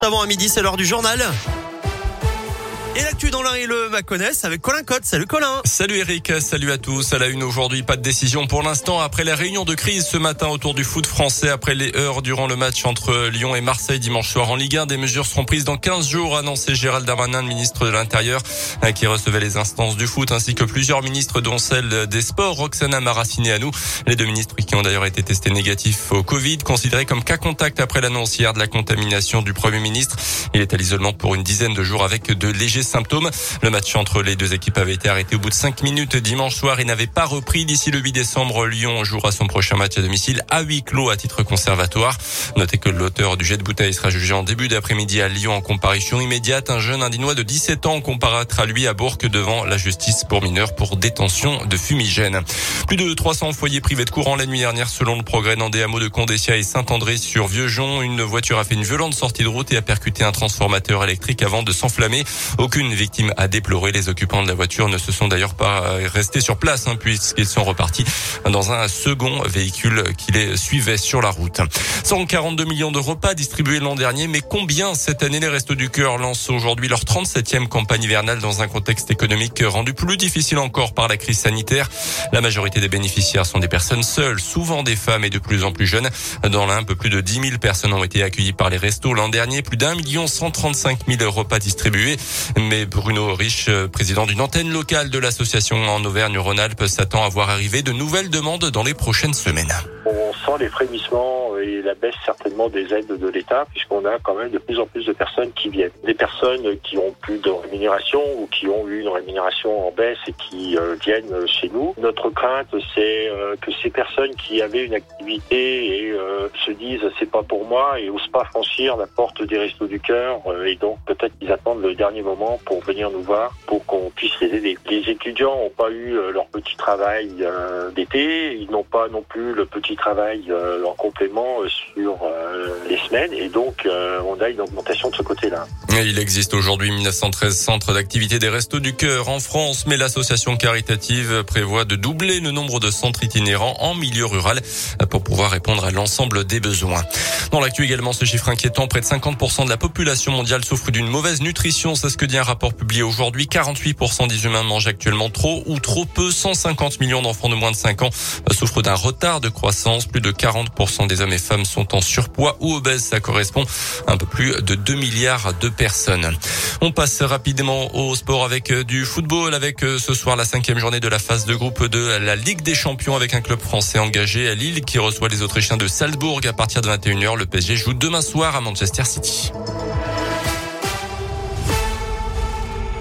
Avant à midi, c'est l'heure du journal. Et l'actu dans l'un et le Mâconnais avec Colin Cotte. Salut Colin. Salut Eric, salut à tous. À la une aujourd'hui, pas de décision pour l'instant après la réunion de crise ce matin autour du foot français. Après les heures durant le match entre Lyon et Marseille dimanche soir en Ligue 1, des mesures seront prises dans 15 jours, annoncé Gérald Darmanin, le ministre de l'Intérieur, qui recevait les instances du foot, ainsi que plusieurs ministres dont celle des Sports, Roxana Maracineanu. Les deux ministres qui ont d'ailleurs été testés négatifs au Covid, considérés comme cas contact après l'annonce hier de la contamination du Premier ministre. Il est à l'isolement pour une dizaine de jours avec de légers symptômes. Le match entre les deux équipes avait été arrêté au bout de 5 minutes dimanche soir et n'avait pas repris. D'ici le 8 décembre, Lyon jouera son prochain match à domicile à huis clos à titre conservatoire. Notez que l'auteur du jet de bouteille sera jugé en début d'après-midi à Lyon en comparution immédiate. Un jeune indinois de 17 ans comparaîtra lui à Bourg devant la justice pour mineurs pour détention de fumigène. Plus de 300 foyers privés de courant la nuit dernière selon le Progrès dans des hameaux de Condessia et Saint-André sur Vieux-Jon. Une voiture a fait une violente sortie de route et a percuté un transformateur électrique avant de s'enflammer. Aucune victime à déplorer. Les occupants de la voiture ne se sont d'ailleurs pas restés sur place puisqu'ils sont repartis dans un second véhicule qui les suivait sur la route. 142 millions de repas distribués l'an dernier, mais combien cette année? Les Restos du Cœur lancent aujourd'hui leur 37e campagne hivernale dans un contexte économique rendu plus difficile encore par la crise sanitaire. La majorité des bénéficiaires sont des personnes seules, souvent des femmes et de plus en plus jeunes. Dans l'Ain, un peu plus de 10 000 personnes ont été accueillies par les restos l'an dernier, plus d'1 135 000 repas distribués. Mais Bruno Rich, président d'une antenne locale de l'association en Auvergne-Rhône-Alpes, s'attend à voir arriver de nouvelles demandes dans les prochaines semaines. On sent les frémissements et la baisse certainement des aides de l'État, puisqu'on a quand même de plus en plus de personnes qui viennent. Des personnes qui ont plus de rémunération ou qui ont eu une rémunération en baisse et qui viennent chez nous. Notre crainte, c'est que ces personnes qui avaient une activité et se disent c'est pas pour moi et osent pas franchir la porte des Restos du Cœur et donc peut-être qu'ils attendent le dernier moment pour venir nous voir pour qu'on puisse les aider. Les étudiants n'ont pas eu leur petit travail d'été, ils n'ont pas non plus le petit travail en complément sur les semaines et donc on a une augmentation de ce côté-là. Il existe aujourd'hui 1913 centres d'activité des Restos du Cœur en France, mais l'association caritative prévoit de doubler le nombre de centres itinérants en milieu rural pour pouvoir répondre à l'ensemble des besoins. Dans l'actu également, ce chiffre inquiétant, près de 50% de la population mondiale souffre d'une mauvaise nutrition. C'est ce que dit un rapport publié aujourd'hui. 48% des humains mangent actuellement trop ou trop peu. 150 millions d'enfants de moins de 5 ans souffrent d'un retard de croissance. Plus de 40% des hommes et femmes sont en surpoids ou obèses. Ça correspond à un peu plus de 2 milliards de personnes. On passe rapidement au sport avec du football, avec ce soir la 5e journée de la phase de groupe de la Ligue des Champions avec un club français engagé à Lille qui reçoit les Autrichiens de Salzbourg à partir de 21h. Le PSG joue demain soir à Manchester City.